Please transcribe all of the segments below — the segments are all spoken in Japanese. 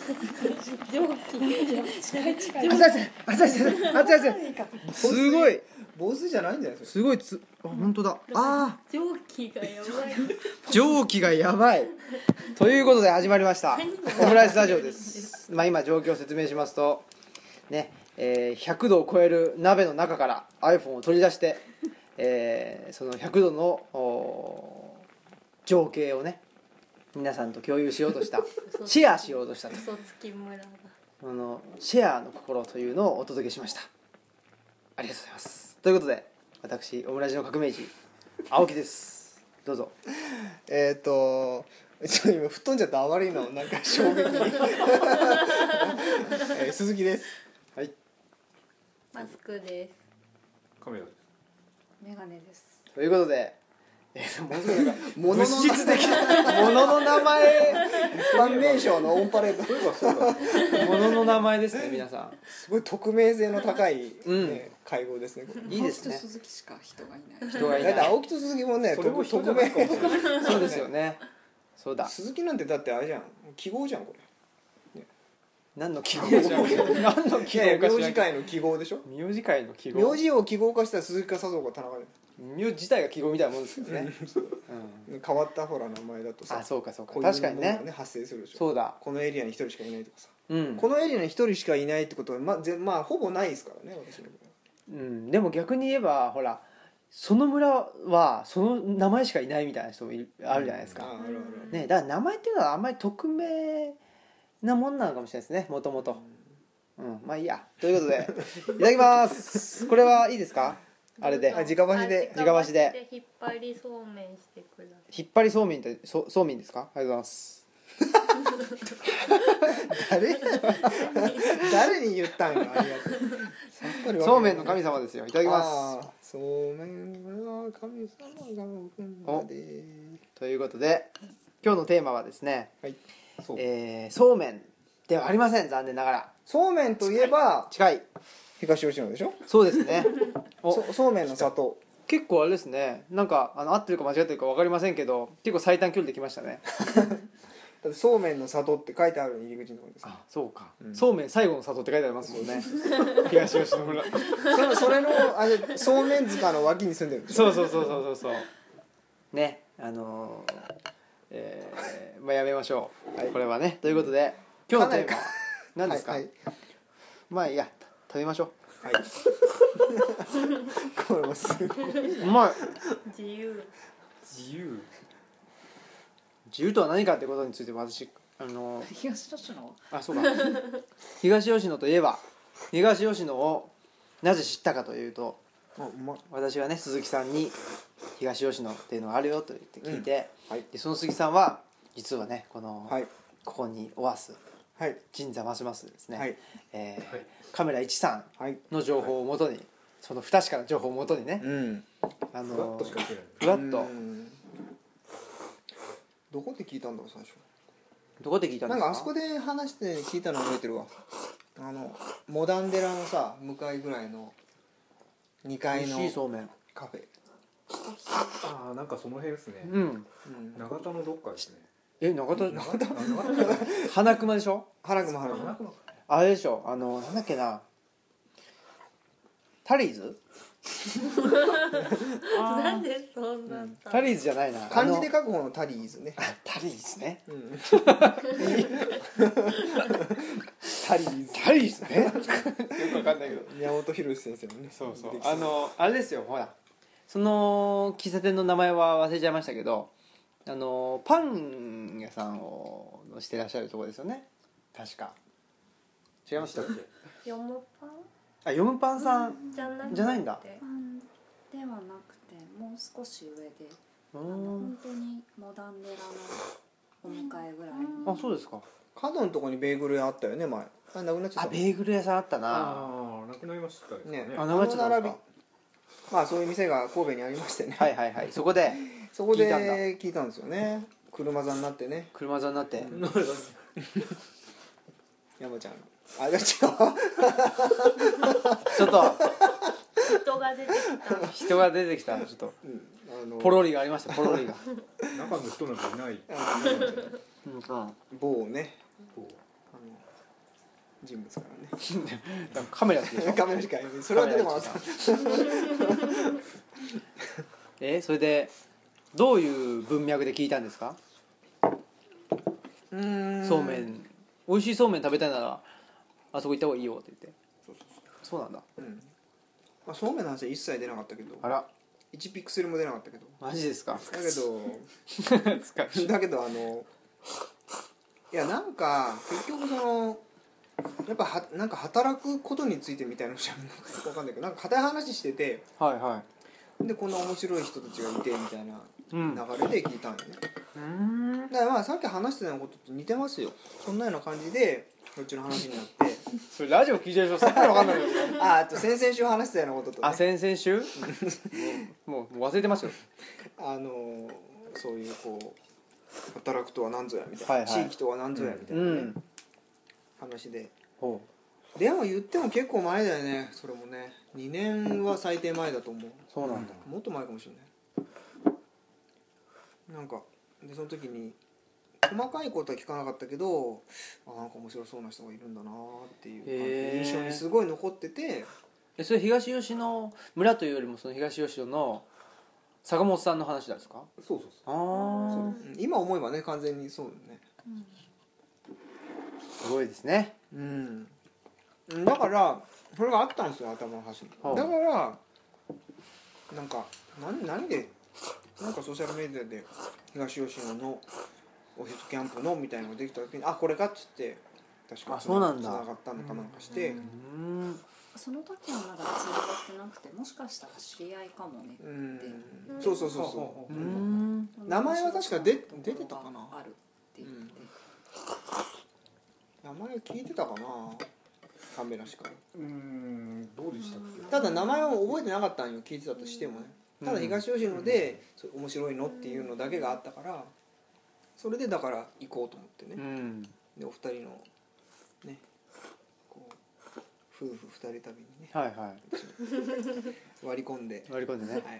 蒸気近いすごい坊主じゃないんじゃないですか。 すごい本当だ。 蒸気がやばい。 蒸気がやばいということで始まりましたオムライスラジオです。今状況を説明しますとね、100度を超える鍋の中から iPhone を取り出して、その100度の情景をね皆さんと共有しようとしたシェアしようとした嘘つき村だ。 シェアの心というのをお届けしました。ありがとうございます。ということで私オムラジの革命児青木です。どうぞ。 今吹っ飛んじゃった。あまりのなんか衝撃鈴木です。 はい。 マスクです。 カメラです。 メガネです。 ということでものすごいなんか物質的な物の名前一般名称のオンパレード。 物の名前ですね皆さん。 すごい匿名性の高い、 うん会合ですね。 いいですね。 青木と鈴木しか人がいない。 人がいない。 だって青木と鈴木もね、 それも人じ匿名ゃないかもしれない。 そうですよね。そうだ。 鈴木なんてだってあれじゃん、記号じゃんこれ。 何の記号じゃん。何の記号か名字界の記号でしょ。 名字界の記号。 名字を記号化したら鈴木か佐藤か田中で。 名字自体が記号みたいなもんですけどね。 変わったほら名前だとさ。 そうかそうか。 こういう確かにね。 発生するでしょ。 そうだ。 このエリアに一人しかいないとかさ。 うん。 このエリアに一人しかいないってことはまあほぼないですからね私の。 でも逆に言えばほらその村はその名前しかいないみたいな人もあるじゃないですか。 あるね、だから名前っていうのはあんまり匿名なもんなのかもしれないですね。もともと。まあいいや。ということでいただきます。これはいいですか？あれで直箸で直箸で引っ張りそうめんしてください。 引っ張りそうめんってそうめんですか？ありがとうございます。 誰に言ったんか。ありがとう。 そうめんの神様ですよ。いただきます。 そうめんは神様が置くんだで。 ということで今日のテーマはですね、 はい、 そうめんではありません。残念ながら。 そうめんといえば近い。 東吉野でしょ。 そうですね。 そうめんの里。 結構あれですね。なんか合ってるか間違ってるか分かりませんけど結構最短距離できましたね。 だってそうめんの里って書いてある入り口のところです。 そうか、そうめん最後の里って書いてありますもんね。東吉野村。 それのそうめん塚の脇に住んでるんでしょ。 そうね。まあやめましょう、はい、これはね。ということで今日のテーマは何ですか？はい、まあいいや食べましょう。はい。 これもすごい。 うまい。 自由とは何かってことについて私東吉野。 そうか。東吉野といえば東吉野をなぜ知ったかというと、私はね鈴木さんに東吉野っていうのがあるよと言って聞いて、でその鈴木さんは実はねここにオアス神座ますますですね、カメラ1さんの情報をもとに、その不確かな情報をもとにね、 ふわっとしか言ってない。 ふわっと。 どこで聞いたんだろう最初。 どこで聞いたんですか？ なんかあそこで話して聞いたの覚えてるわ。モダン寺のさ向かいぐらいの2階のカフェ。 なんかその辺ですね。長田のどっかですね。 長田花熊でしょ？ 花熊あれでしょ、なんだっけな、タリーズ？ なんでそんなタリーズじゃないな。 漢字で書く方のタリーズね。 タリーズね。 タリーズね。よくわかんないけど。 宮本浩先生のね。 そうあれですよ、ほらその喫茶店の名前は忘れちゃいましたけど、パン屋さんをしてらっしゃるところですよね。確か。違いましたっけ？ 読むパン？ 読むパンさんじゃないんだ。 パンではなくてもう少し上で、本当にモダン寺のお迎えぐらい。 そうですか。 角のとこにベーグル屋あったよね前。なくなっちゃった。 ベーグル屋さんあったな。 なくなりましたね。 なくなっちゃったんですか。 まあそういう店が神戸にありましてね。 そこで聞いたんですよね。車座になってね。 車座になって。 山ちゃん。あれ違う。 ちょっと人が出てきた。ちょっとポロリがありました。ポロリが。 中の人なんかいない。 某ね。 人物からねカメラってでしょカメラしかそれは出てもらったそれでどういう文脈で聞いたんですか？そうめん美味しいそうめん食べたいならあそこ行った方がいいよって言って。そうなんだ。 まあ、そうめんの話は一切出なかったけど、 あら 1ピクセルも出なかったけど、 マジですか？ だけどいやなんか結局そのやっぱなんか働くことについてみたいなのじゃ分かんないけど、なんか硬い話してて、 はいはい。 でこんな面白い人たちがいてみたいな流れで聞いたんよね、だからまあさっき話してたことと似てますよ。そんなような感じでこっちの話になってそれラジオ聞いてる人さっぱり分かんないですよあと先々週話してたようなことと、ね、 先々週もう忘れてますよ。 そういうこう働くとは何ぞやみたいな、はいはい、地域とは何ぞやみたいな、ね話で、でも言っても結構前だよね。それもね2年は最低前だと思う。 そうなんだ、 もっと前かもしれない。なんかでその時に細かいことは聞かなかったけど、なんか面白そうな人がいるんだなっていう印象にすごい残ってて、 それ東吉野村というよりもその東吉野の坂本さんの話ですか？ そう今思えばね完全にそうだね、 すごいですね。 だからそれがあったんですよ頭の端に。だからなんか何でなんかソーシャルメディアで東吉野のオフィスキャンプのみたいなのができた時にこれかっつって確かつながったのかなんかして、 その時はまだつながってなくて、もしかしたら知り合いかもねって。 そう名前は確か出てたかな。 あるって言って、 名前聞いてたかなカメラしか。 どうでしたっけ？ ただ名前は覚えてなかったんよ、聞いてたとしてもね。ただ東吉野で面白いのっていうのだけがあったから、それでだから行こうと思ってね、でお二人のねこう夫婦二人旅にね、 はいはい、 割り込んでね、 はい、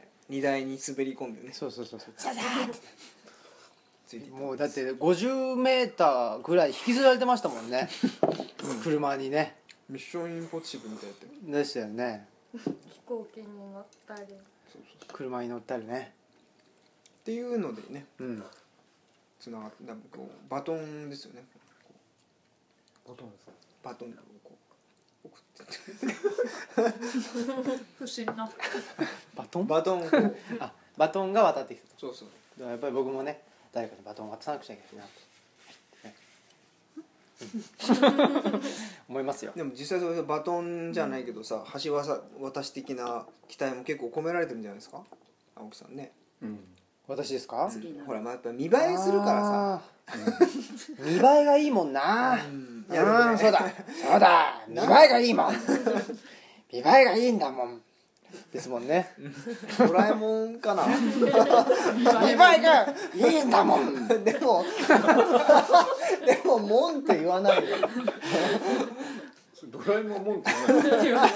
荷台に滑り込んでね、 そうザザーってついてもうだって50メーターぐらい引きずられてましたもんね車にね。 ミッションインポッシブルみたいなでしたよね。 飛行機に乗ったり車に乗ったりねっていうのでね、つながってこうバトンですよね。 バトンですか？ バトンをこう送って不審なバトンをこうバトンが渡ってきたと。 そうだからやっぱり僕もね誰かにバトンを渡さなくちゃいけないなって思いますよ。 でも実際それバトンじゃないけどさ、橋渡し的な期待も結構込められてるんじゃないですか、青木さんね。 私ですか？ ほらやっぱ見栄えするからさ、 見栄えがいいもんな。そうだ見栄えがいいもん見栄えがいいんだもんですもんね。 ドラえもんかな見栄えがいいんだもんでももんって言わないよドラえもんもんって言わない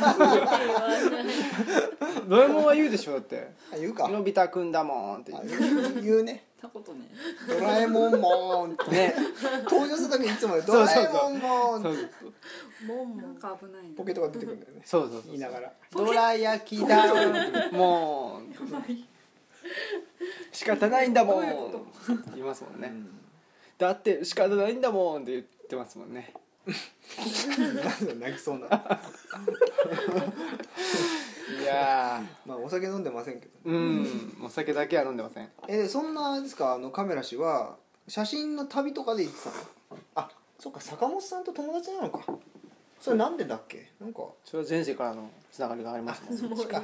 ドラえもんは言うでしょ。だって言うか、 のび太くんだもんって言うね。 たことねドラえもんもんってね登場するときにいつもドラえもんもんってなんか危ないポケットが出てくるんだよね。 そう言いながらドラ焼きだもん仕方ないんだもん言いますもんね。だって仕方ないんだもんって言ってますもんね。 泣きそうな。 いやまあお酒飲んでませんけど、 お酒だけは飲んでません。 そんなですか。カメラ氏は写真の旅とかで行ってたの？そっか、坂本さんと友達なのか。それなんでだっけ？なんかそれは前世からのつながりがありますもん。 もういいか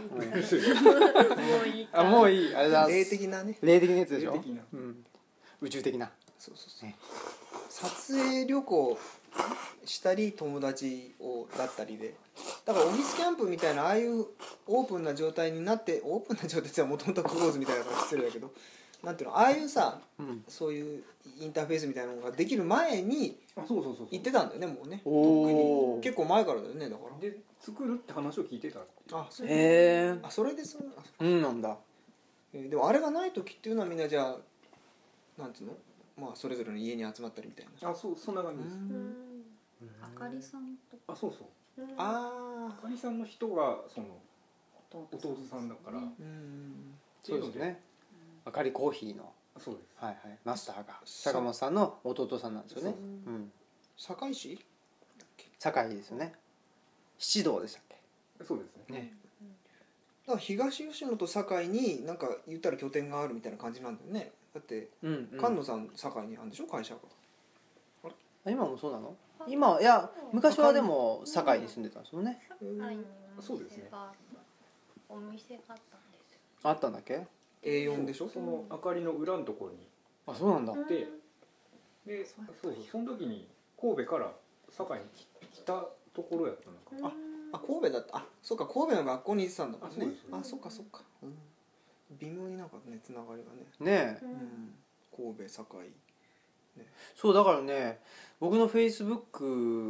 もういい。あれだ。 霊的なね。 霊的なやつでしょ。宇宙的な。 そう撮影旅行したり友達だったりで、だからオフィスキャンプみたいなああいうオープンな状態になって、オープンな状態ってもともとクローズみたいなから失礼だけど、なんていうの、ああいうさ、そういうインターフェースみたいなのができる前に行ってたんだよね、もうね。とっくに結構前からだよね。だからで作るって話を聞いてた。 それでなんだ。 でもあれがない時っていうのはみんなじゃあなんつうの、まあそれぞれの家に集まったりみたいな。 そんな感じです。 かりさんとあ、そうそう、 ああかりさんの人がその弟さんだから、 あそうですね。あかりコーヒーの、 そうです。 はいはい、マスターが坂本さんの弟さんなんですよね。うん。 堺市堺ですよね。七道でしたっけ。 そうですね。 ね。 だから東吉野と堺になんか言ったら拠点があるみたいな感じなんだよね。だってうん、 菅野さん堺にあるんでしょ、会社が。 あ、今もそうなの？今、いや昔はでも堺に住んでたんですよね。 はい、 そうですね。 お店があったんですよ。 あったんだっけ？ A4 でしょ。 その明かりの裏のところにあ、そうなんだ。 で、そうその時に神戸から堺に来たところやったのか。 あ、神戸だった。あ、そうか、神戸の学校に行ってたんだもんね。 あ、 そっかそっか、微妙になんかね、つながりがね、 ねえ、 神戸堺。 そうだからね、僕のフェイスブック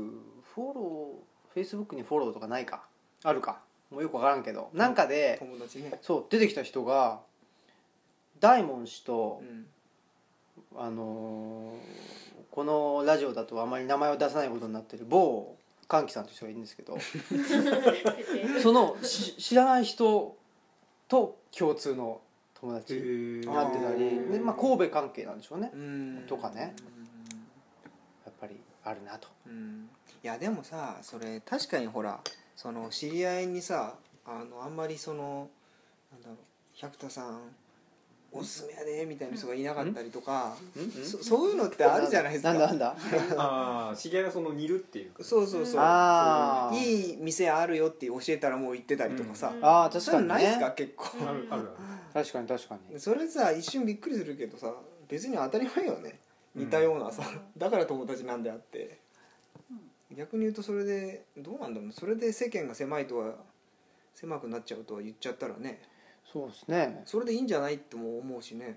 にフォローとかないか、あるかもうよくわからんけど、なんかで友達ね。 そう出てきた人が大門氏と、このラジオだとあまり名前を出さないことになってる某歓喜さんという人がいるんですけどその知らない人と共通の友達になってたり、で、まあ、神戸関係なんでしょうね、とかね、やっぱりあるなと。 いやでもさ、それ確かにほら、その知り合いにさ、あんまりそのなんだろう、百田さんおすすめやでみたいな人がいなかったりとか、そういうのってあるじゃないですか。 なんだああ、知り合いがその似るっていうか。 そうそうそう、 あー、 いい店あるよって教えたらもう行ってたりとかさ、 あー、確そういうのないですか、 かにね。 結構。 あるある確かに確かに。 それさ、一瞬びっくりするけどさ、別に当たり前よね、似たようなさ、だから友達なんであって、逆に言うとそれでどうなんだろう、それで世間が狭くなっちゃうとは言っちゃったらね、 そうですね。 それでいいんじゃないっても思うしね。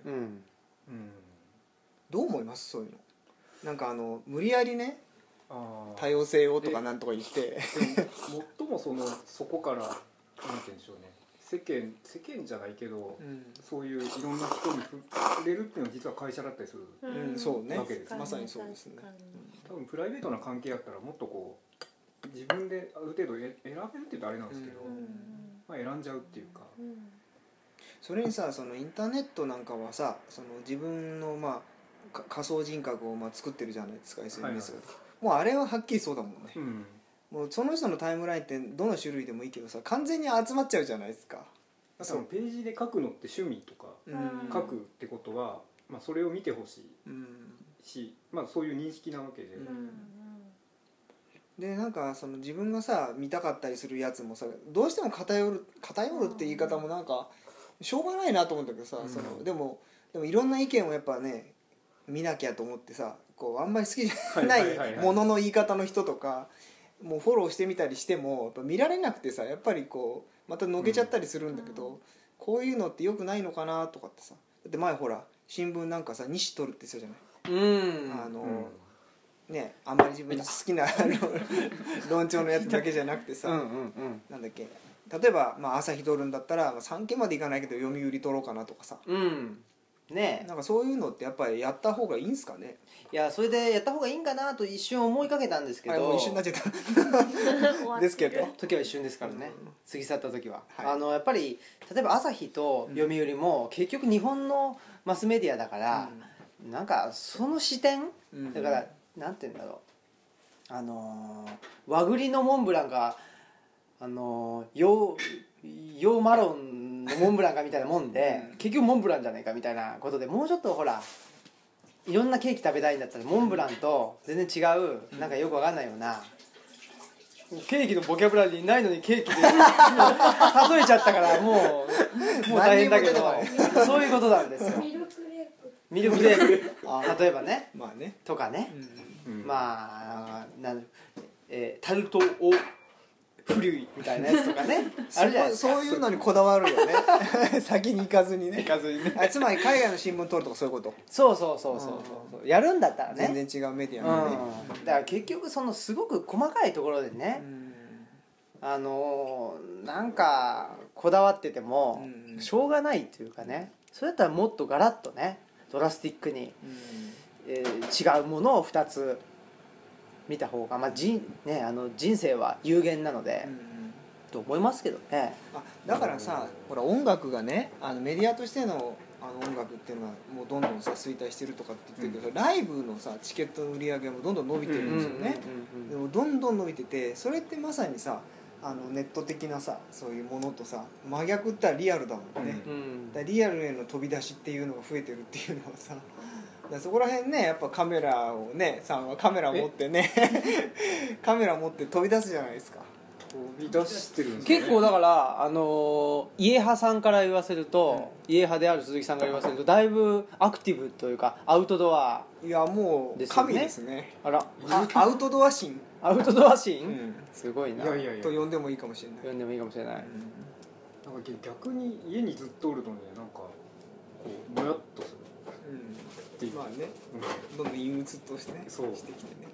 どう思います、そういうの。なんか無理やりね、多様性をとかなんとか言って最もそこからなんて言うんでしょうね、世間じゃないけど、そういういろんな人に触れるっていうのは実は会社だったりするそうね、 わけです。 まさにそうですね。 多分プライベートな関係やったらもっとこう自分である程度選べるって言うとあれなんですけど、まあ、選んじゃうっていうか、 それにさ、そのインターネットなんかはさ、その自分のまあ仮想人格をまあ作ってるじゃないですか、 SNS が、もうあれははっきりそうだもんね、もうその人のタイムラインってどの種類でもいいけどさ、完全に集まっちゃうじゃないですか。 だからページで書くのって趣味とか書くってことは、まあ、それを見てほしいし、まあ、そういう認識なわけで、 でなんかその自分がさ見たかったりするやつもさ、どうしても偏るって言い方もなんかしょうがないなと思うんだけどさ、でもいろんな意見をやっぱね見なきゃと思ってさ、こうあんまり好きじゃないものの言い方の人とかもうフォローしてみたりしてもやっぱ見られなくてさ、やっぱりこうまたのけちゃったりするんだけど、こういうのって良くないのかなとかってさ、だって前ほら新聞なんかさ2紙取るって言ってたじゃない。ね、あんまり自分の好きな論調のやつだけじゃなくてさ、なんだっけ、例えば、まあ、朝日取るんだったら産経までいかないけど読売取ろうかなとかさ、 ねえ、 なんかそういうのってやっぱりやった方がいいんすかね。 いや、それでやった方がいいんかなと一瞬思いかけたんですけど、 もう一瞬になっちゃったですけど、 時は一瞬ですからね、過ぎ去った時は、やっぱり例えば朝日と読売も結局日本のマスメディアだから、なんかその視点、だからなんて言うんだろう、和栗のモンブランが洋マロンのモンブランかみたいなもんで、結局モンブランじゃないかみたいなことで、もうちょっとほらいろんなケーキ食べたいんだったらモンブランと全然違う、なんかよくわかんないような、ケーキのボキャブラリーないのにケーキで例えちゃったからもう大変だけど、そういうことなんですよ。ミルクレープ例えばね、 まあねとかね、まあタルトオフリュイみたいなやつとかねあるじゃないですか。 そういうのにこだわるよね先に行かずにね。つまり海外の新聞取るとかそういうこと。 そうやるんだったらね、 全然違うメディアのね、 だから結局そのすごく細かいところでね、なんかこだわっててもしょうがないっていうかね、それだったらもっとガラッとねドラスティックに、違うものを2つ見た方が、まあ人生は有限なので、と思いますけどね。 だからさ、ほら音楽がねメディアとしての音楽っていうのはもうどんどんさ衰退してるとかって言ってるけど、ライブのさチケットの売り上げもどんどん伸びてるんですよね。でもどんどん伸びてて、それってまさにさネット的なさそういうものとさ真逆ってリアルだもんね、だからリアルへの飛び出しっていうのが増えてるっていうのはさ、だからそこら辺ねやっぱカメラをねさんはカメラ持ってねカメラ持って飛び出すじゃないですか。 飛び出してるんですね。 結構だから家派さんから言わせると、家派である鈴木さんから言わせるとだいぶアクティブというかアウトドア。 いやもう神ですね。 あらアウトドア神、 アウトドアシーン、すごいな。 いやいやいやと呼んでもいいかもしれない。 呼んでもいいかもしれない。 なんか逆に家にずっとおるとね、なんかこうもやっとするっていう、 まあね、どんどん陰鬱としてね、 そうしてきてね。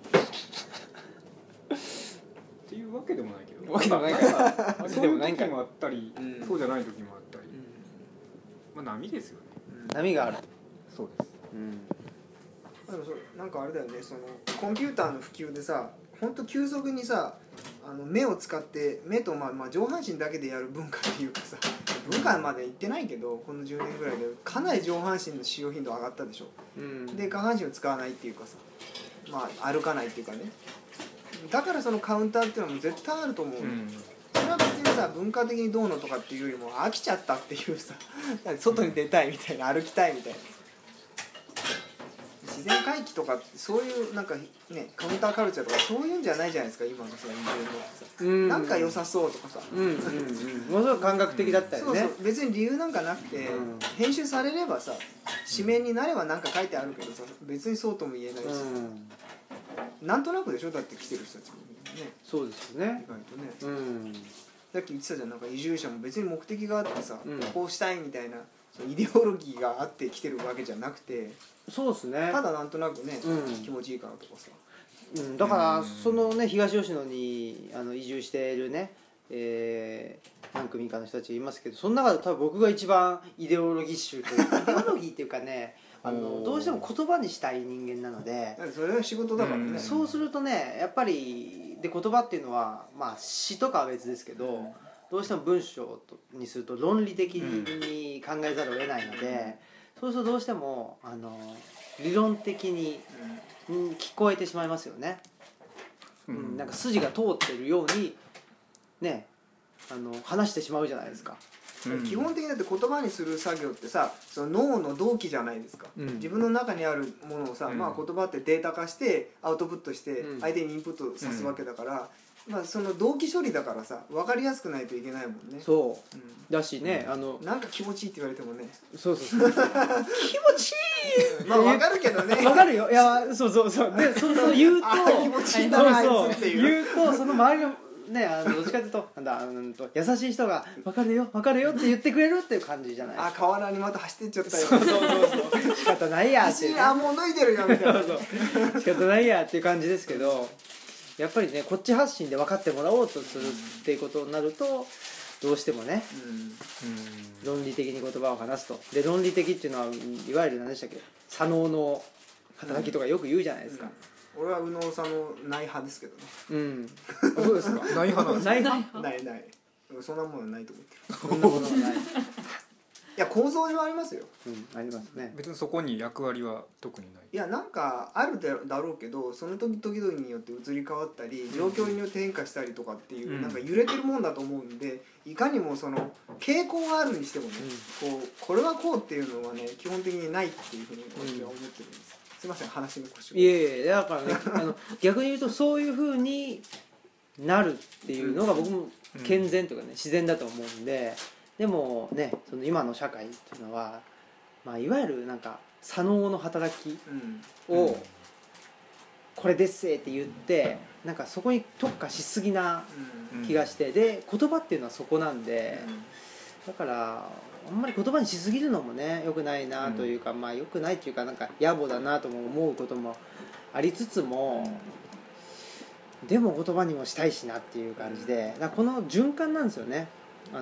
っていうわけでもないけど、 わけでもないからそういう時もあったり、 うんそうじゃない時もあったり、まあ波ですよね。 波がある。 そうです。 でもなんかあれだよね、そのコンピューターの普及でさ、本当急速にさ目を使って目とまあ上半身だけでやる文化っていうかさ、文化までいってないけどこの10年ぐらいでかなり上半身の使用頻度上がったでしょ、で下半身を使わないっていうかさ、まあ歩かないっていうかね、だからそのカウンターっていうのも絶対あると思う、それは別にさ文化的にどうのとかっていうよりも飽きちゃったっていうさ外に出たいみたいな、歩きたいみたいな、自然回帰とかそういうなんかねカウンターカルチャーとかそういうんじゃないじゃないですか今のさ人間のさ、なんか良さそうとかさ、 ものすごく感覚的だったよね。 そう別に理由なんかなくて、編集されればさ紙面になればなんか書いてあるけどさ、別にそうとも言えないし、なんとなくでしょ、だって来てる人たちもね。 そうですよね。 意外とね、さっき言ってたじゃん、なんか移住者も別に目的があってさ、こうしたいみたいなイデオロギーがあって来てるわけじゃなくて、 そうですね。 ただなんとなくね、気持ちいいからとかさ、 だからそのね東吉野に移住しているね、何組かの人たちいますけど、その中で多分僕が一番イデオロギッシュというかイデオロギーっていうかねどうしても言葉にしたい人間なので、 それは仕事だからね、 そうするとねやっぱりで言葉っていうのはまあ詩とかは別ですけど、どうしても文章にすると論理的に考えざるを得ないので、そうするとどうしても理論的に聞こえてしまいますよね、なんか筋が通ってるようにね話してしまうじゃないですか。 基本的にだって言葉にする作業ってさ、その脳の同期じゃないですか、自分の中にあるものをさ、まあ、言葉ってデータ化してアウトプットして相手にインプットさすわけだから、まあ、その同期処理だからさ分かりやすくないといけないもんね。 そう、だしねなんか気持ちいいって言われてもね、 そう気持ちいいまあ分かるけどね、 分かるよ。いやそうでそう言うと気持ちいいんだなあいつっていう、 言うとその周りのねどっちかというと優しい人が分かるよって言ってくれるっていう感じじゃない。 河原にまた走ってっちゃったよ、 そう仕方ないやっていう、ね、 もう脱いでるよみたいな仕方ないやっていう感じですけど、やっぱりねこっち発信で分かってもらおうとするっていうことになるとどうしてもね、論理的に言葉を話すと。で論理的っていうのはいわゆる何でしたっけ、左脳の働きとかよく言うじゃないですか、 俺は右脳左脳ない派ですけどね。 そうですか。 ない派なんですか。 ない派。 ないそんなものはないと思ってる。 そんなものはない。 いや構造上ありますよ、 ありますね。 別にそこに役割は特にない。 いやなんかあるだろうけど、その時々によって移り変わったり状況によって変化したりとかっていう、なんか揺れてるもんだと思うんで、いかにもその傾向があるにしてもね、これはこうっていうのはね基本的にないっていうふうに私は思ってるんです、すいません話の腰を。 いえだからね逆に言うとそういうふうになるっていうのが僕も健全というかね自然だと思うんで、でもねその今の社会っていうのは、まあ、いわゆるなんか左脳の働きをこれですって言ってなんかそこに特化しすぎな気がして、で言葉っていうのはそこなんで、だからあんまり言葉にしすぎるのもね良くないなというか、まあ良くないっていうかなんか野暮だなとも思うこともありつつも、でも言葉にもしたいしなっていう感じで、だからこの循環なんですよね。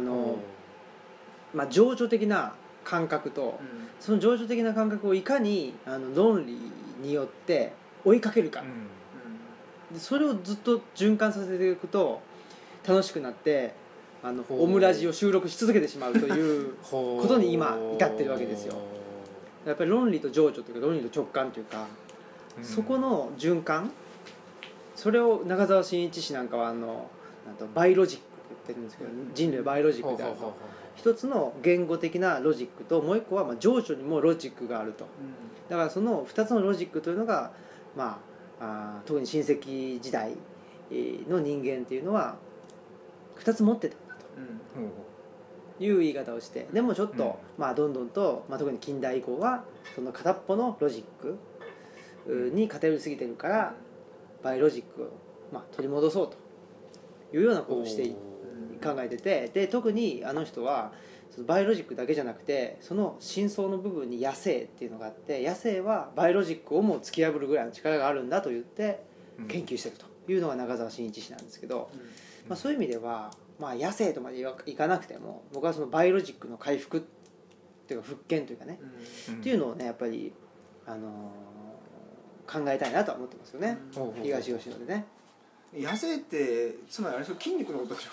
まあ、情緒的な感覚と、その情緒的な感覚をいかに論理によって追いかけるか、 でそれをずっと循環させていくと楽しくなってオムラジを収録し続けてしまうということに今至ってるわけですよ。やっぱり論理と情緒というか論理と直感というか、そこの循環、それを中澤慎一氏なんかはなんとバイロジックって言ってるんですけど、人類はバイロジックであると。一つの言語的なロジックと、もう一個は情緒にもロジックがあると。だからその2つのロジックというのが、特に親戚時代の人間っていうのは2つ持ってたんだという言い方をして、でもちょっと、どんどんと、特に近代以降はその片っぽのロジックに偏りすぎてるから、バイロジックを、取り戻そうというようなことをして考えてて、で特にあの人はそのバイオロジックだけじゃなくて、その深層の部分に野生っていうのがあって、野生はバイオロジックをも突き破るぐらいの力があるんだと言って研究してるというのが中澤慎一氏なんですけど、そういう意味では、野生とまでいかなくても、僕はそのバイオロジックの回復っていうか復権というかね、っていうのをねやっぱり、考えたいなとは思ってますよね、東吉野でね。 野生ってつまりあれ筋肉のことでしょ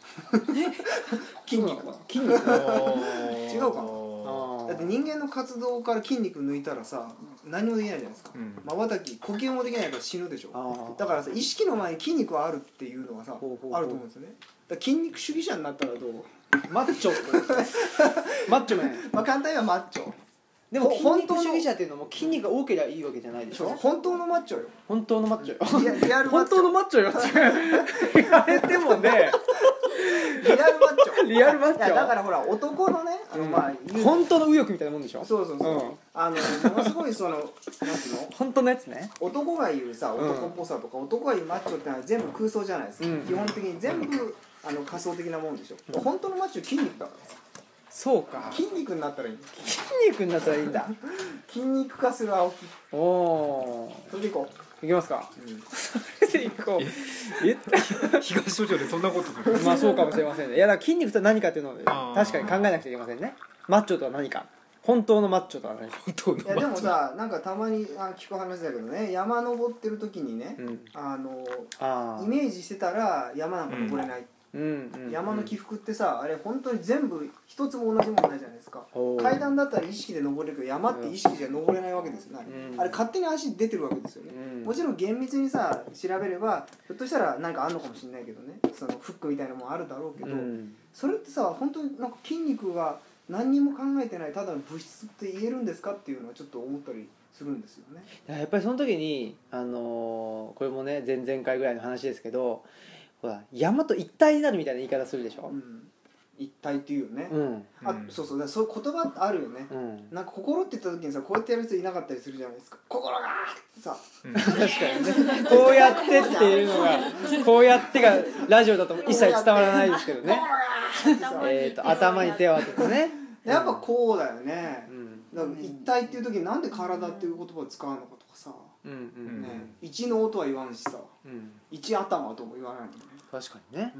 筋肉違うかな。だって人間の活動から筋肉抜いたらさ何もできないじゃないですか。瞬き呼吸もできないから死ぬでしょ。だからさ、意識の前に筋肉はあるっていうのがさあると思うんですよね。だから筋肉主義者になったらどう？ マッチョってことですねマッチョメン。 簡単にはマッチョ。 でも筋肉主義者っていうのも筋肉が多ければいいわけじゃないでしょ。 本当のマッチョよ。 本当のマッチョよ。 リアルマッチョ。 本当のマッチョよって言われてもねリアルマッチョ。 リアルマッチョ。 だからほら男のね、 本当の右翼みたいなもんでしょ。 そうそうそう。ものすごいそのなんていうの？ 本当のやつね。 男が言うさ男っぽさとか、男が言うマッチョってのは全部空想じゃないですか。基本的に全部仮想的なもんでしょ。本当のマッチョ筋肉だからさ。 そうか。 筋肉になったらいい。 筋肉になったらいいんだ。 筋肉化する青木。 おお。 それでいこう。いきますか。それでいこう。 東所長でそんなことする。 そうかもしれませんね。いやだから筋肉とは何かっていうのを確かに考えなくちゃいけませんね。マッチョとは何か。本当のマッチョとは何か。 本当のマッチョ。 いやでもさ、なんかたまに聞く話だけどね、山登ってる時にね、イメージしてたら山なんか登れない。山の起伏ってさ、あれ本当に全部一つも同じものないじゃないですか。階段だったら意識で登れるけど、山って意識じゃ登れないわけですよね。あれ勝手に足出てるわけですよね。もちろん厳密にさ調べればひょっとしたらなんかあんのかもしれないけどね、そのフックみたいなのもあるだろうけど、それってさ本当になんか筋肉が何にも考えてないただの物質って言えるんですかっていうのはちょっと思ったりするんですよね。 やっぱりその時にこれもね前々回ぐらいの話ですけど、ほら山と一体になるみたいな言い方するでしょ。 一体っていうよね。そうそう、そういう言葉ってあるよね。なんか心って言った時にさ、こうやってやる人いなかったりするじゃないですか。心がーってさ、 確かにね。こうやってっていうのがこうやってがラジオだと一切伝わらないですけどね。頭に手を当ててね。 やっぱこうだよね。だから一体っていう時になんで体っていう言葉を使うのかとかさ、一の音は言わんしさ、一頭とも言わないのね。 確かにね。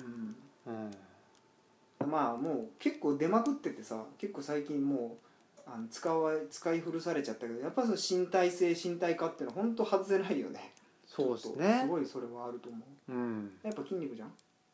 まあもう結構出まくっててさ、結構最近もう使い古されちゃったけど、やっぱその身体性身体化っていうのは本当外せないよね。 そうですね。 すごいそれはあると思う。やっぱ筋肉じゃん。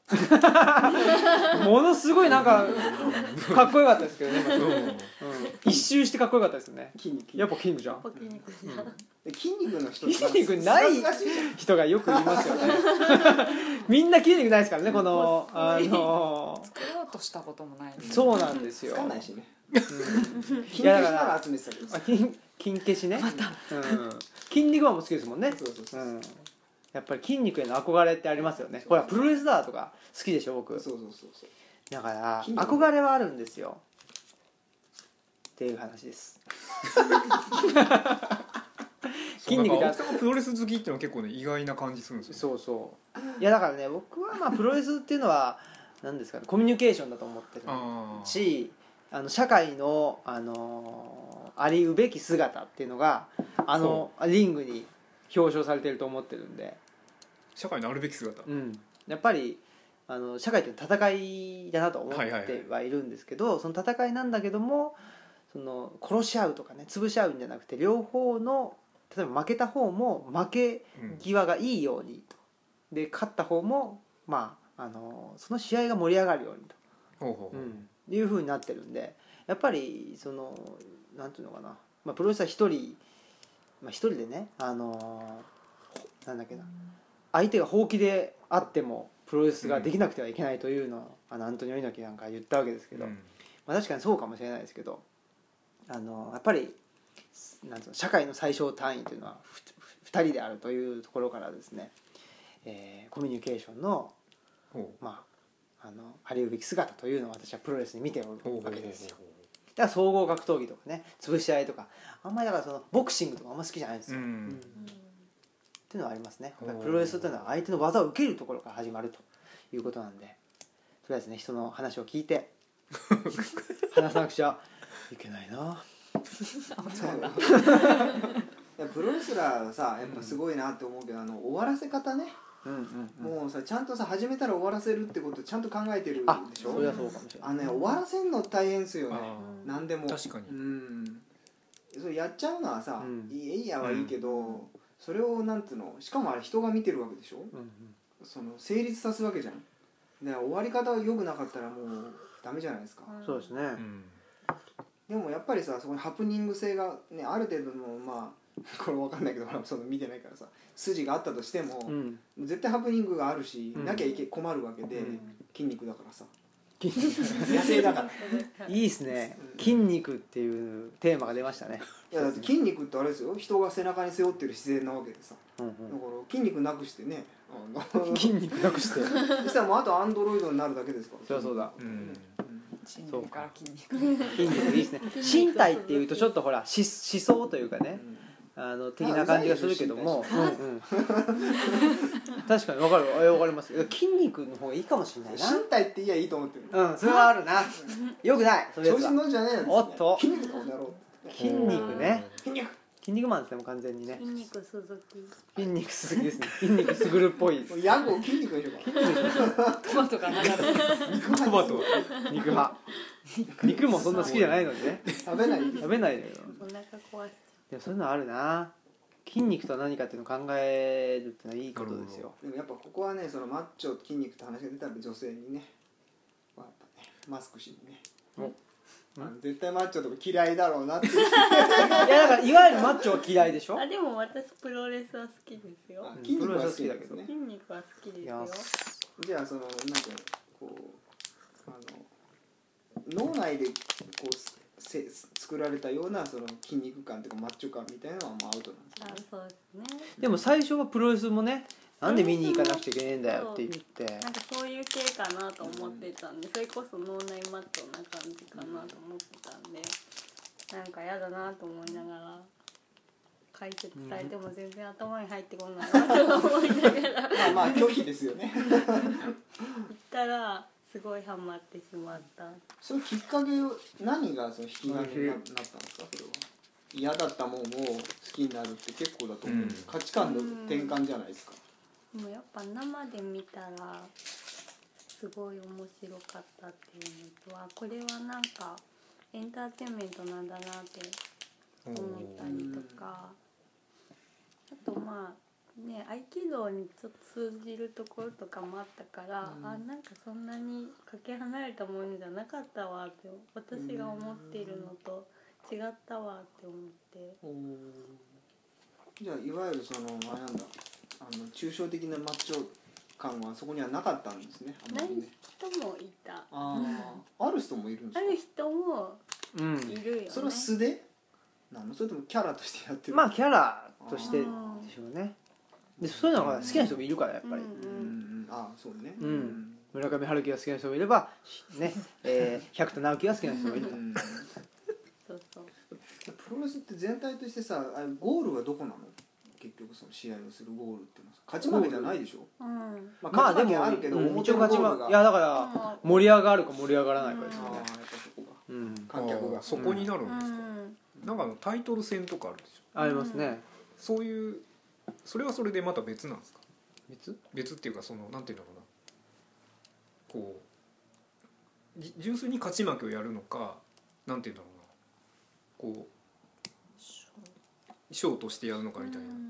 ものすごいなんかかっこよかったですけどね。一周してかっこよかったですよね。やっぱ筋肉じゃん。 筋肉の人筋肉ない人がよくいますよね。みんな筋肉ないですからね、この作ろうとしたこともない。 そうなんですよ。 つかないしね。筋肉なら集めてたけど。 筋消しね。筋肉はもう好きですもんね。やっぱり筋肉への憧れってありますよね。ほらプロレスラーとか好きでしょ僕。だから憧れはあるんですよっていう話です。 筋肉がプロレス好きっていうのは結構ね意外な感じするんですよ。 いやだからね、僕はプロレスっていうのは何ですかね、コミュニケーションだと思ってるし、社会のありうべき姿っていうのがリングに表彰されてると思ってるんで。 社会のあるべき姿、 やっぱり社会って戦いだなと思ってはいるんですけど、その戦いなんだけども、その殺し合うとかね潰し合うんじゃなくて、両方の例えば負けた方も負け際がいいようにで勝った方もその試合が盛り上がるようにと、 ほうほうほういう風になってるんで、やっぱりそのなんていうのかな、プロレスは一人でね、なんだっけな、相手がほうきであってもプロレスができなくてはいけないというのを、アントニオ猪木なんか言ったわけですけど、確かにそうかもしれないですけど、やっぱりなんていうの、社会の最小単位というのは2人であるというところからですね、コミュニケーションのありうべき姿というのを私はプロレスに見ておるわけですよ。だから総合格闘技とかね、潰し合いとか、あんまりだからそのボクシングとかあんま好きじゃないんですよ、っていうのはありますね。やっぱりプロレスというのは相手の技を受けるところから始まるということなんで、とりあえずね、人の話を聞いて話さなくちゃいけないな。 いやプロレスラーはさ、やっぱすごいなって思うけど、終わらせ方ね、もうさ、ちゃんとさ、始めたら終わらせるってことをちゃんと考えてるでしょ。 それはそうかもしれない。 終わらせるの大変ですよね。何でも確かに、 それやっちゃうのはさ、いいやはいいけど、それをなんつうの、しかもあれ人が見てるわけでしょ、その成立さすわけじゃん。で終わり方が良くなかったらもうダメじゃないですか。 そうですね、 でもやっぱりさ、そこにハプニング性がね、ある程度のこれ分かんないけど、その見てないからさ、筋があったとしても、絶対ハプニングがあるし、なきゃ困るわけで、筋肉だからさ、野生だからいいですね、筋肉っていうテーマが出ましたね。 いやだって筋肉ってあれですよ、人が背中に背負ってる自然なわけでさ、だから筋肉なくしてね、 筋肉なくしてそしたらもうあとアンドロイドになるだけですから。 そりゃそうだ、 そうから筋肉筋肉いいですね。身体っていうとちょっとほら思想というかね、的な感じがするけども、確かに分かる、分かります。筋肉の方がいいかもしれないな。 身体って言えばいいと思ってる。 それはあるな。よくない。それ調子乗るんじゃねえよ。 おっと、 筋肉だろう。 筋肉ね。筋肉マンですね、もう完全にね。 筋肉鈴木。 筋肉鈴木ですね。筋肉すぐるっぽい。 ヤゴ筋肉でしょ。 トマトが流れてトマト肉派。肉もそんな好きじゃないのにね。 食べない。 食べないのよ。 お腹壊しでもそういうのあるな。筋肉とは何かっていうのを考えるってのはいいことですよ。 でもやっぱここはね、そのマッチョ筋肉って話が出たら女性にね、やっぱね、マスクしにね。絶対マッチョとか嫌いだろうなっていやだからいわゆるマッチョは嫌いでしょ。 でも私プロレスは好きですよ。 筋肉は好きだけどね。 筋肉は好きですよ。 じゃあそのなんかこう脳内でこう作られたようなその筋肉感というかマッチョ感みたいなのはもうアウトなんですよね。 そうですね。 でも最初はプロレスもね、なんで見に行かなくちゃいけないんだよって言って、 なんかそういう系かなと思ってたんで、それこそ脳内マッチョな感じかなと思ってたんで、なんか嫌だなと思いながら解説されても全然頭に入ってこないなと思いながらまあ拒否ですよね行ったらすごいハマってしまった。 そのきっかけ何がその引き金になったんですか。それは嫌だったもんを好きになるって結構だと思う、価値観の転換じゃないですか。 でもやっぱ生で見たらすごい面白かったっていうのとは、これはなんかエンターテインメントなんだなって思ったりとか、あとまあね、合気道にちょっと通じるところとかもあったから、なんかそんなにかけ離れたものじゃなかったわって私が思っているのと違ったわって思って。 じゃあいわゆるそのあれなんだ、抽象的なマッチョ感はそこにはなかったんですね。 ない人もいた。 ある人もいるんですか。 ある人もいるよね。 それは素でなの、それともキャラとしてやってる。 まあキャラとしてでしょうね。でそういうのが好きな人もいるからやっぱり。 そうね。 村上春樹が好きな人もいればね、百田直樹が好きな人もいると。 そうそう。 プロレスって全体としてさ、ゴールはどこなの？結局その試合をするゴールっていうのは勝ち負けじゃないでしょ。 まあでもあるけど一応勝ち負け、いやだから盛り上がるか盛り上がらないかですよね。 観客がそこになるんですか。なんかタイトル戦とかあるでしょ。 ありますね。 そういうそれはそれでまた別なんですか。 別っていうか、そのなんていうんだろうな、こう純粋に勝ち負けをやるのか、なんていうんだろうな、こうショーとしてやるのかみたいな。 で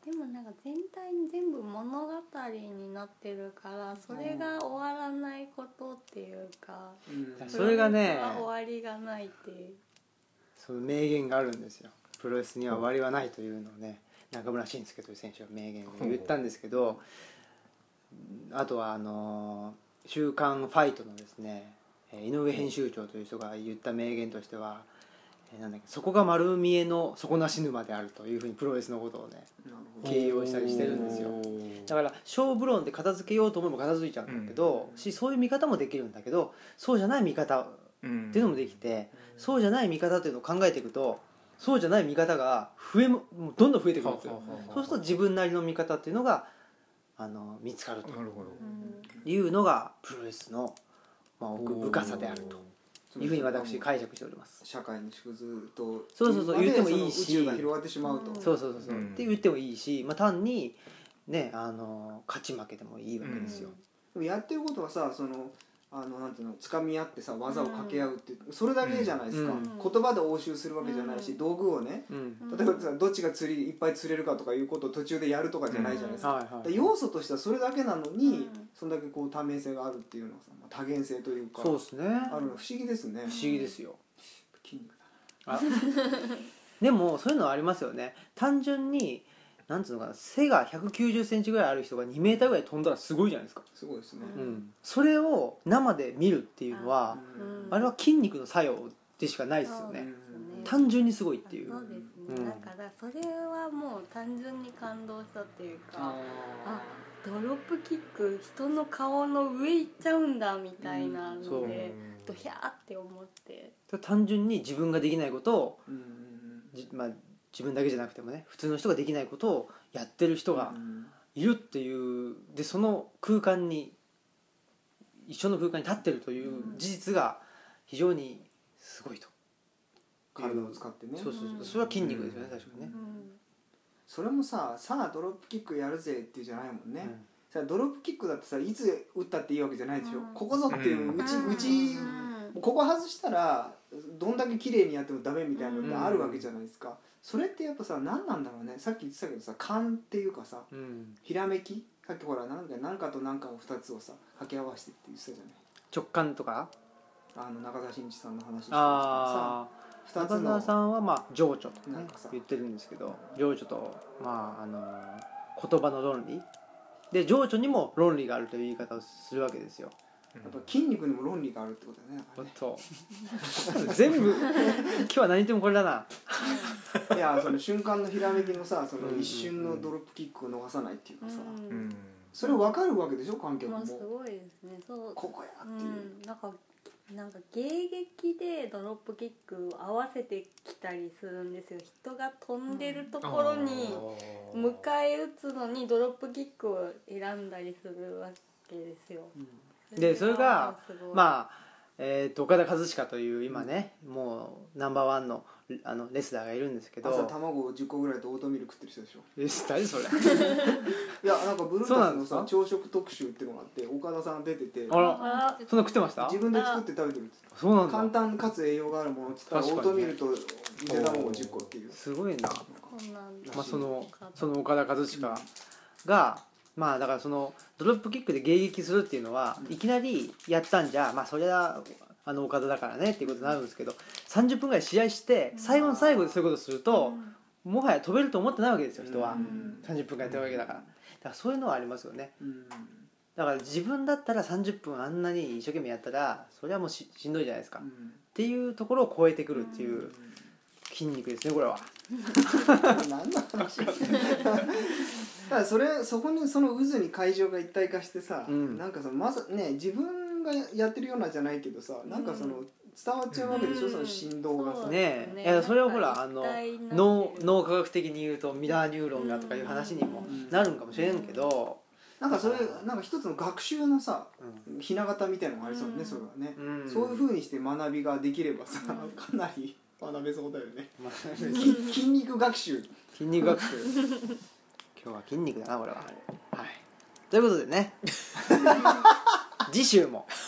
でもなんか全体に全部物語になってるからそれが終わらないことっていうか、 それがね終わりがないっていうその名言があるんですよ。プロレスには終わりはないというのをね中村慎介という選手が名言で言ったんですけど、あとは週刊ファイトのですね井上編集長という人が言った名言としては、なんだっけ、そこが丸見えの底なし沼であるというふうにプロレスのことをね形容したりしてるんですよ。だから勝負論で片付けようと思えば片付いちゃうんだけど、そういう見方もできるんだけどそうじゃない見方っていうのもできて、そうじゃない見方っていうのを考えていくとそうじゃない見方がもうどんどん増えてくるんですよ。そうすると自分なりの見方っていうのが見つかるというのがプロレスの、奥深さであるというふうに私解釈しております。 社会の縮図とそう言ってもいいし、 宇宙が広がってしまうと、 そう、って言ってもいいし、単にね勝ち負けでもいいわけですよ。 でもやってることはさなんていうの掴み合ってさ技を掛け合うってそれだけじゃないですか、言葉で応酬するわけじゃないし、道具をね、例えばさどっちがいっぱい釣れるかとかいうことを途中でやるとかじゃないじゃないですか、要素としてはそれだけなのに、そんだけこう多面性があるっていうのはさ多元性というかそうですね、 あるの不思議ですね。 不思議ですよ。 筋肉だでもそういうのはありますよね。単純になんつうのかな、背が190センチぐらいある人が2メーターぐらい飛んだらすごいじゃないですか。 すごいですね、 それを生で見るっていうのは、あれは筋肉の作用でしかないですよね。単純にすごいっていう。 そうですね、だからそれはもう単純に感動したっていうか、ドロップキック人の顔の上行っちゃうんだみたいなので、ドヒャーって思って、 単純に自分ができないことを、自分だけじゃなくてもね普通の人ができないことをやってる人がいるっていう、でその空間に一緒の空間に立ってるという事実が非常にすごいと。 体を使ってね、 そうそれは筋肉ですよね、確かにね。 それもさあドロップキックやるぜっていうじゃないもんね、さあドロップキックだってさいつ打ったっていいわけじゃないでしょ、ここぞっていううちここ外したらどんだけ綺麗にやってもダメみたいなのってあるわけじゃないですか、それってやっぱさ何なんだろうね。さっき言ってたけどさ勘っていうかさ、ひらめき、さっきほら何かと何かを2つをさ掛け合わせてって言ってたじゃない。 直感とか中田真一さんの話してたんですけどさ、 中田さんは情緒とかね言ってるんですけど、情緒と言葉の論理で情緒にも論理があるという言い方をするわけですよ。 やっぱ筋肉にも論理があるってことだよね。 本当全部今日は何言ってもこれだな。 いやその瞬間のひらめきのさ、その一瞬のドロップキックを逃さないっていうかさ、それ分かるわけでしょ観客も。 すごいですね。そうここやっていう、 なんか迎撃でドロップキックを合わせてきたりするんですよ。人が飛んでるところに迎え撃つのにドロップキックを選んだりするわけですよ。 でそれが岡田和親という今ね、もうナンバーワンのレスラーがいるんですけど、 朝卵を10個ぐらいとオートミール食ってる人でしょ。 誰それ。 いやなんかブルータスのさ朝食特集っていうのがあって、岡田さん出てて、 そんな食ってました。 自分で作って食べてるって。 そうなんだ。 簡単かつ栄養があるものって言ったらオートミールとゆで卵10個っていう。 すごいな。その岡田和親がだからそのドロップキックで迎撃するっていうのは、いきなりやったんじゃそりゃ岡田だからねっていうことになるんですけど、30分ぐらい試合して最後の最後でそういうことをすると、もはや飛べると思ってないわけですよ人は。30分間やってるわけだから。だからそういうのはありますよね。だから自分だったら30分あんなに一生懸命やったらそれはもう しんどいじゃないですか、っていうところを超えてくるっていう筋肉ですねこれは。 何の話だからそこにその渦に会場が一体化してさ、なんかまずね自分がやってるようなじゃないけどさ、なんかその伝わっちゃうわけでしょ、その振動がさ。それはほら脳科学的に言うとミラーニューロンがとかいう話にもなるんかもしれんけど、なんかそれなんか一つの学習のさ、ひな形みたいなのがありそうね、それはね。そういう風にして学びができればさ、かなり学べそうだよね。筋肉学習。 筋肉学習。今日は筋肉だなこれは。はい。ということでね。次週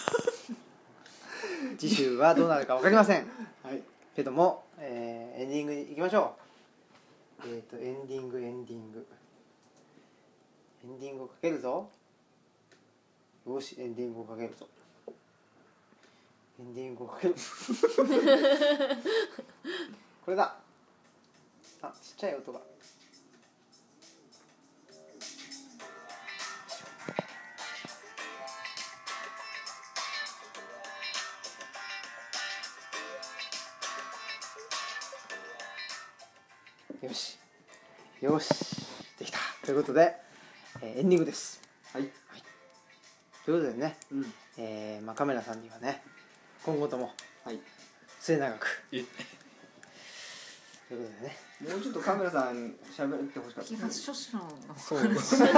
はどうなるか分かりません。はい。けども、エンディングに行きましょう。エンディング。 エンディングをかけるぞ。よし、エンディングをかけるぞ。エンディングをかけるこれだ。あ、ちっちゃい音が。よしよし、できたということで、エンディングです。 はい、 ということでね、 うん、 カメラさんにはね今後ともはい、 末永くということでね、 もうちょっとカメラさん喋ってほしかった。 東書士のそう途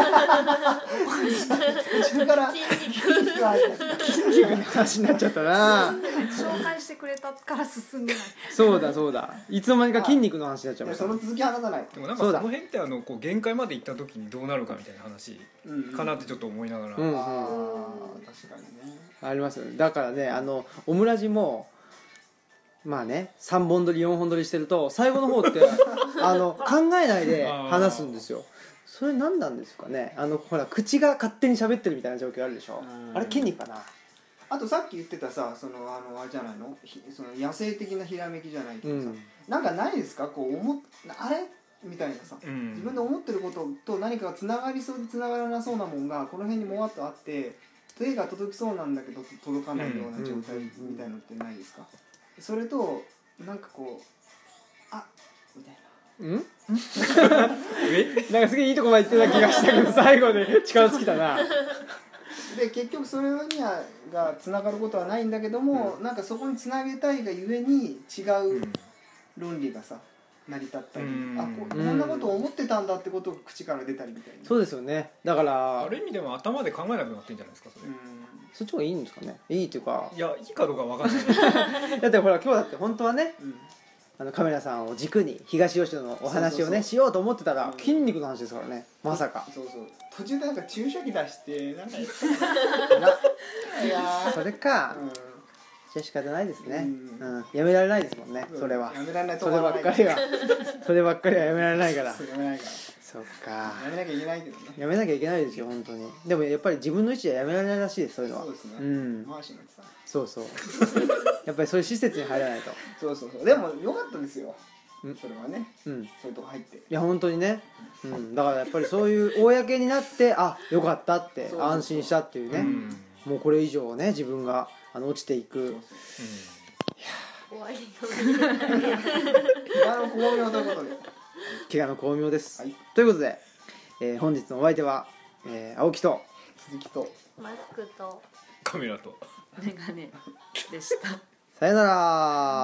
中から筋肉の話になっちゃったな。 紹介してくれたから進んでない。 そうだそうだ、いつの間にか筋肉の話になっちゃいました。 その続き話さない。 でもなんかその辺ってこう限界まで行った時にどうなるかみたいな話かなってちょっと思いながら、 うんうん、 確かにね。 ありますよね。だからね、オムラジもまあね、3本撮り4本撮りしてると最後の方って考えないで話すんですよ。それ何なんですかね。ほら口が勝手に喋ってるみたいな状況あるでしょ。あれ筋肉かな。 あとさっき言ってたさ、あれじゃないの、その野生的なひらめきじゃないけどさ、なんかないですか、こうあれみたいなさ、自分で思ってることと何かがつながりそうでつながらなそうなもんがこの辺にもわっとあって手が届きそうなんだけど届かないような状態みたいのってないですか。それとなんかこうみたいな、 なんかすげえいいとこまで言ってた気がしたけど最後で力尽きたな。 で結局それにがつながることはないんだけども、なんかそこにつなげたいがゆえに違う論理がさ成り立ったり、こんなことを思ってたんだってことが口から出たりみたいな。 そうですよね。だからある意味でも頭で考えなくなってんじゃないですかそれ。 そっちの方がいいんですかね。いいというか、 いやいいかどうかわかんないだってほら今日だって本当はね、カメラさんを軸に東吉野のお話をねしようと思ってたら筋肉の話ですからね。まさかそうそう途中でなんか注射器出してなんかいやそれか、じゃあ仕方ないですね。やめられないですもんね。それはやめられないとそればっかりはそればっかりはやめられないから。 やめないからそっか、 やめなきゃいけないけどね。 やめなきゃいけないですよ本当に。でもやっぱり自分の意思ではやめられないらしいです、そういうのは。 そうですね、回しになってた。 そうそうやっぱりそういう施設に入らないと。 そうでも良かったですよ、それはね、そういうとこ入って。 いや本当にね、だからやっぱりそういう公になってよかったって安心したっていうね、もうこれ以上ね自分が落ちていく。 終わり怪我の巧妙ということで、 怪我の巧妙です、ということで、本日のお相手は、青木と鈴木とマスクとカメラとメガネでした。 さよなら。